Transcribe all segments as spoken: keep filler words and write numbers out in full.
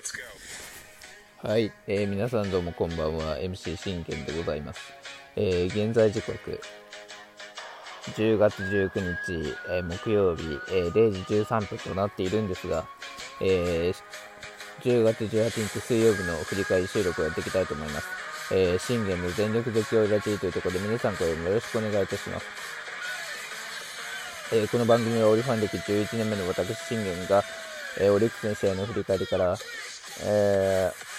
はい、えー、皆さんどうもこんばんは。 エムシー 信玄でございます。えー、現在時刻じゅうがつじゅうくにち、えー、木曜日、えー、れいじじゅうさんぷんとなっているんですが、えー、じゅうがつじゅうはちにち水曜日の振り返り収録をやっていきたいと思います。えー、信玄の全力絶叫ラジーというところで皆さんこれもよろしくお願いいたします。えー、この番組はオリファン歴じゅういちねんめの私信玄が、えー、オリックスの試合の振り返りから、えー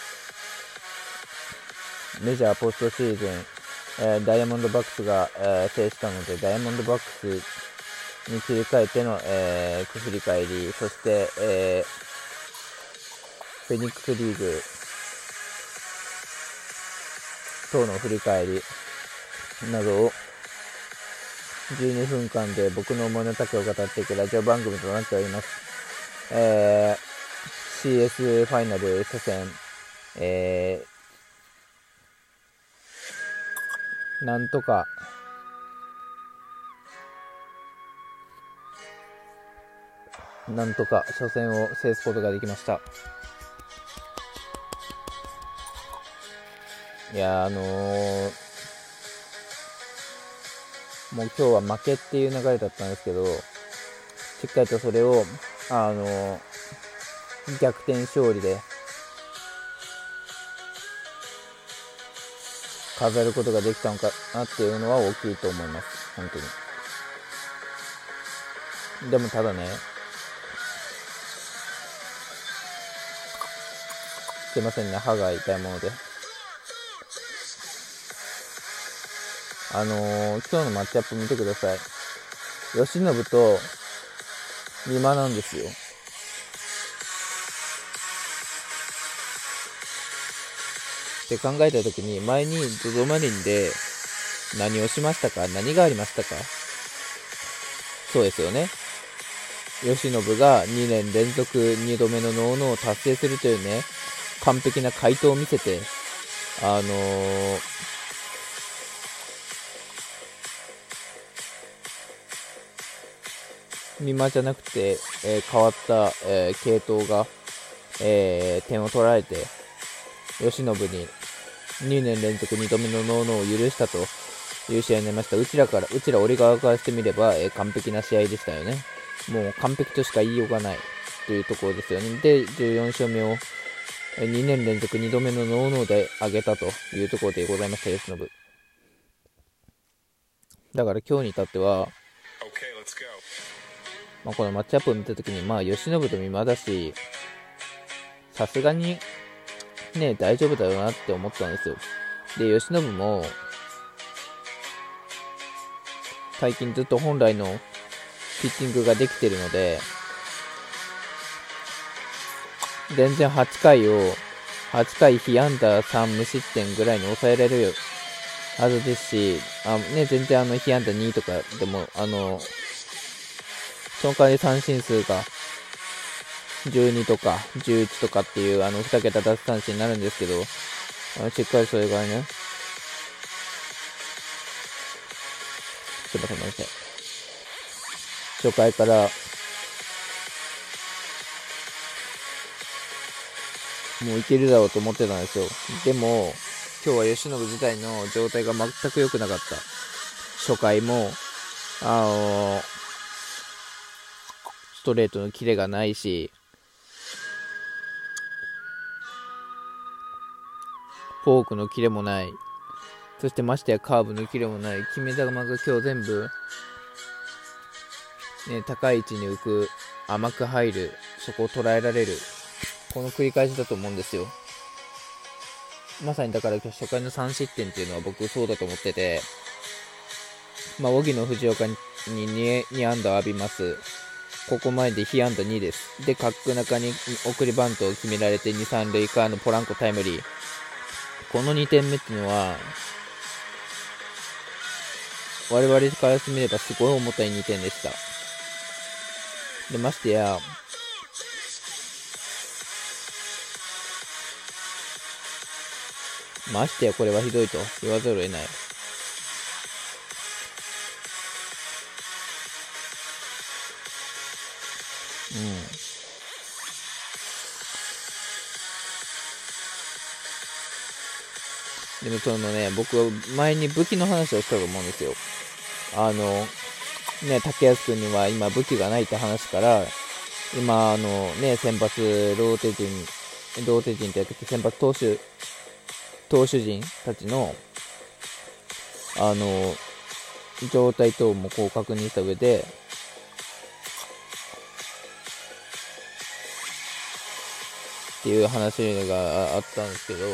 メジャーポストシーズン、えー、ダイヤモンドバックスが、えー、制したので、ダイヤモンドバックスに切り替えての、えー、振り返り、そして、えー、フェニックスリーグ等の振り返りなどをじゅうにふんかんで僕の思いの丈を語っていくラジオ番組となっております。えー、シーエス ファイナル初戦、えーなんとかなんとか初戦を制すことができました。いやーあのー、もう今日は負けっていう流れだったんですけど、しっかりとそれを、あのー、逆転勝利で飾ることができたのかなっていうのは大きいと思います。本当に。でもただね、すいませんね、歯が痛いもので、あのー、今日のマッチアップ見てください。慶喜と美馬なんですよ。って考えたときに、前に ゾゾ マリンで何をしましたか？何がありましたか？そうですよね。慶喜がにねん連続にどめのノーノーを達成するというね、完璧な回答を見せて、あのー、美馬じゃなくて、えー、変わった、えー、系統が、えー、点を取られて、慶喜ににねん連続にどめのノーノーを許したという試合になりました。うちらから、うちら俺側からしてみれば、えー、完璧な試合でしたよね。もう完璧としか言いようがないというところですよね。で、じゅうよんしょうめをにねん連続にどめのノーノーで上げたというところでございました、慶喜。だから今日に至っては、まあ、このマッチアップを見たときに、まあ、慶喜と美馬だし、さすがに、ね、大丈夫だよなって思ったんですよ。で、慶喜も、最近ずっと本来のピッチングができてるので、全然はちかいを、はちかい被安打さん無失点ぐらいに抑えられるはずですし、あね、全然あの被安打にとかでも、あの、その代わり三振数がじゅうにとかじゅういちとかっていうあのにけた奪三振になるんですけど、あのしっかりそれがね、すいません、ごめんなさい。初回からもういけるだろうと思ってたんですよ。でも今日は慶喜自体の状態が全く良くなかった。初回もあのー、ストレートのキレがないし、フォークのキレもない、そしてましてやカーブのキレもない、決め球が今日全部、ね、高い位置に浮く、甘く入る、そこを捉えられる、この繰り返しだと思うんですよ。まさにだから今日初回のさん失点っていうのは僕そうだと思ってて、まあ、荻野藤岡に 2, 2安打を浴びます。ここまでで被安打にです。で、角中に送りバントを決められてに、さん塁からのポランコタイムリー。このにてんめっていうのは、我々からしてみればすごい重たいにてんでした。で、ましてや、ましてやこれはひどいと言わざるを得ない。 でもそのね、僕は前に武器の話をしたと思うんですよ。あの、ね、竹安くんには今武器がないって話から、今、あのね、先発ローテ陣、ローテ陣ってやってて、先発投手、投手陣たちの、あの、状態等もこう確認した上で、っていう話があったんですけど、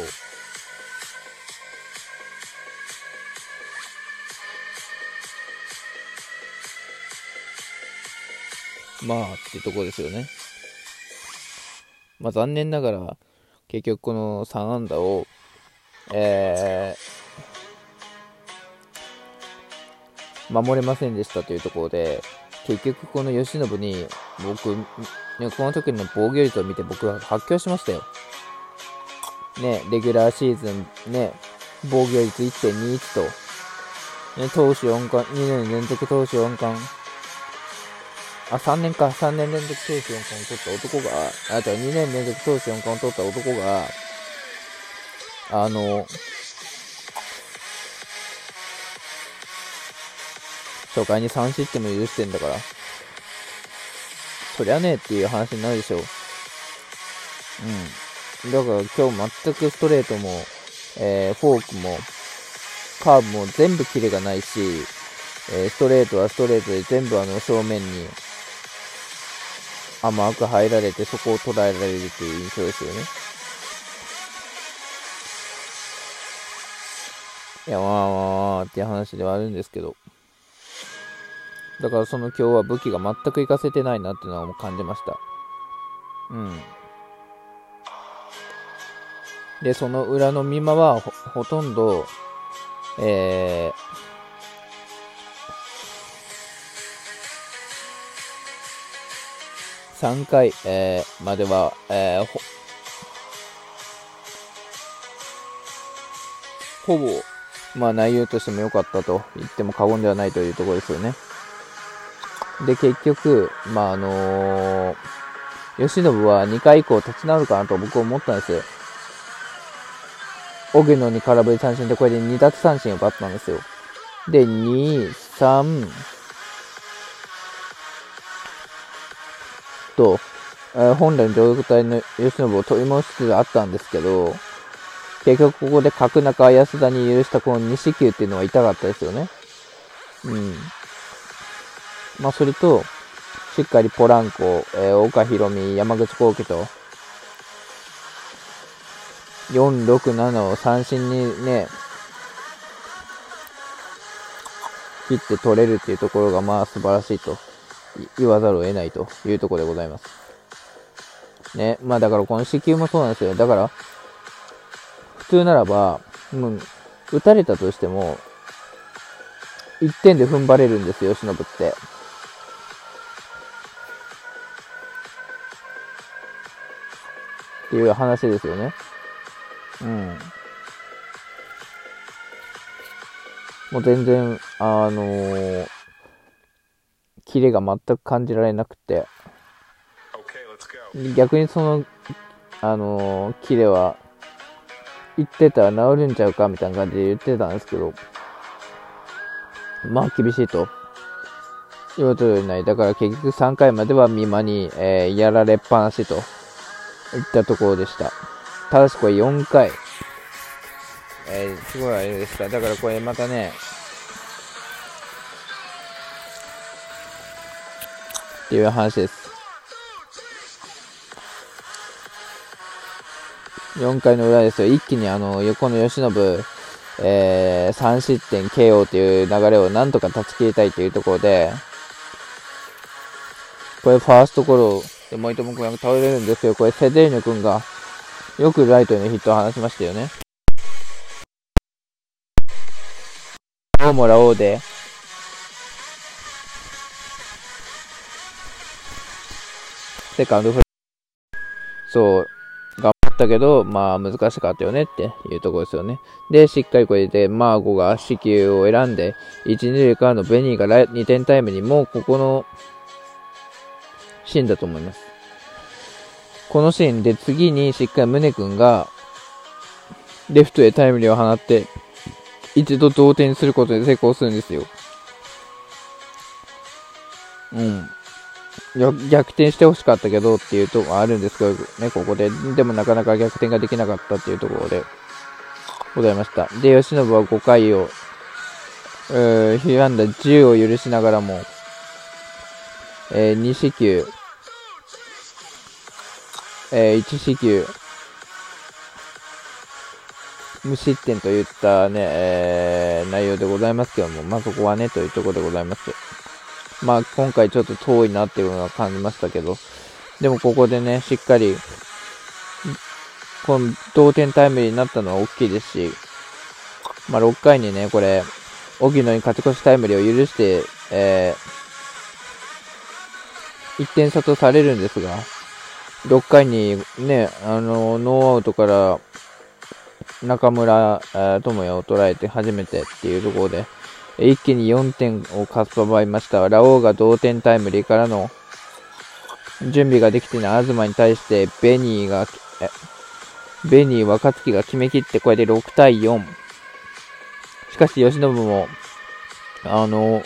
まあってとこですよね。まあ残念ながら結局このさん安打を、えー、守れませんでしたというところで、結局この由伸に僕ね、この時の防御率を見て僕は発狂しましたよ。ね、レギュラーシーズンね、防御率 いってんにいち と、ね、投手よん冠、にねん連続投手よん冠、あ、さんねんか、さんねん連続投手よん冠を取った男が、あ、じゃあにねん連続投手よん冠を取った男が、あの、初回にさん失点も許してんだから、そりゃねえっていう話になるでしょう。うん。だから今日全くストレートも、えー、フォークも、カーブも全部キレがないし、えー、ストレートはストレートで全部あの正面に甘く入られて、そこを捉えられるという印象ですよね。いや、まあまあまあっていう話ではあるんですけど、だからその今日は武器が全く活かせてないなっていうのは感じました。うん。で、その裏の見間は ほ, ほとんど、えー、さんかい、えー、までは、えー、ほ, ほぼ、まあ内容としても良かったと言っても過言ではないというところですよね。で、結局、まああのー、由伸はにかい以降立ち直るかなと僕は思ったんですよ。荻野に空振り三振でこれでに奪三振を奪ったんですよ。で、に、さんと、えー、本来の状態の由伸を取り戻しつつあったんですけど、結局ここで角中安田に許したこのに四球っていうのは痛かったですよね。うん。まあそれと、しっかりポランコ、えー、岡大海、山口幸輝と、よん、ろく、ななを三振にね、切って取れるっていうところがまあ素晴らしいと言わざるを得ないというところでございます。ね、まあだからこの四球もそうなんですよ。だから、普通ならば、もう、打たれたとしても、いってんで踏ん張れるんですよ、由伸って。っていう話ですよね。うん。もう全然、あのー、キレが全く感じられなくて、逆にその、あのー、キレは、言ってたら治るんちゃうかみたいな感じで言ってたんですけど、まあ厳しいと。いうことよりない。だから結局さんかいまでは見間に、えー、やられっぱなしといったところでした。ただしこれよんかい。えー、すごいあれでした。だからこれまたね、っていう話です。よんかいの裏ですよ。一気にあの、横の由伸、えー、さん失点 ケーオー という流れをなんとか断ち切りたいというところで、これファーストゴロで森友君が倒れるんですよ。これセデーニョ君がよくライトへのヒットを放ちましたよね。をもらおうで、セカンドフライ。そう、頑張ったけど、まあ難しかったよねっていうところですよね。で、しっかりこれでマーゴが四球を選んで、いち、に塁からのベニーがにてんタイムにもうここのシーンだと思います。このシーンで次にしっかり宗君がレフトへタイムリーを放って、一度同点にすることで成功するんですよ。うん。逆転してほしかったけどっていうところはあるんですけどね、ここで。でもなかなか逆転ができなかったっていうところでございました。で、吉信はごかいを、被安打じゅうを許しながらも、えー、に四球、えー、いち四球、無失点といったね、えー、内容でございますけども、まあそこはね、というところでございます。まあ今回ちょっと遠いなっていうのは感じましたけど、でもここでね、しっかり、この同点タイムリーになったのは大きいですし、まあろっかいにね、これ、荻野に勝ち越しタイムリーを許して、えー、いってん差とされるんですが、ろっかいにね、あの、ノーアウトから中村智也を捉えて初めてっていうところで、一気によんてんをかっさばいました。ラオウが同点タイムリーからの準備ができていない東に対してベニーが、ベニー若月が決め切ってこれでろくたいよん。しかし吉信も、あの、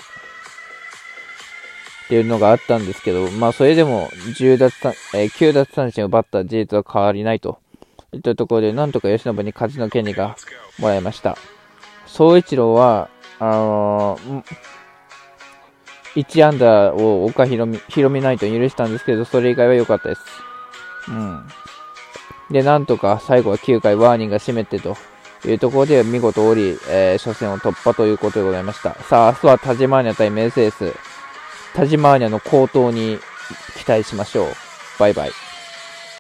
っていうのがあったんですけど、まあそれでもじゅう奪三、えー、きゅう奪三振を奪った事実は変わりないといったところで、なんとか吉信に勝ちの権利がもらいました。宗一郎は、あのー、いち安打を岡ひろみ、ひろみないと許したんですけど、それ以外は良かったです。うん。で、なんとか最後はきゅうかいワーニンが締めてというところで見事折り、えー、初戦を突破ということでございました。さあ、明日はタジマーニャ対メルセデス。タジマーニャの好投に期待しましょう。バイバイ。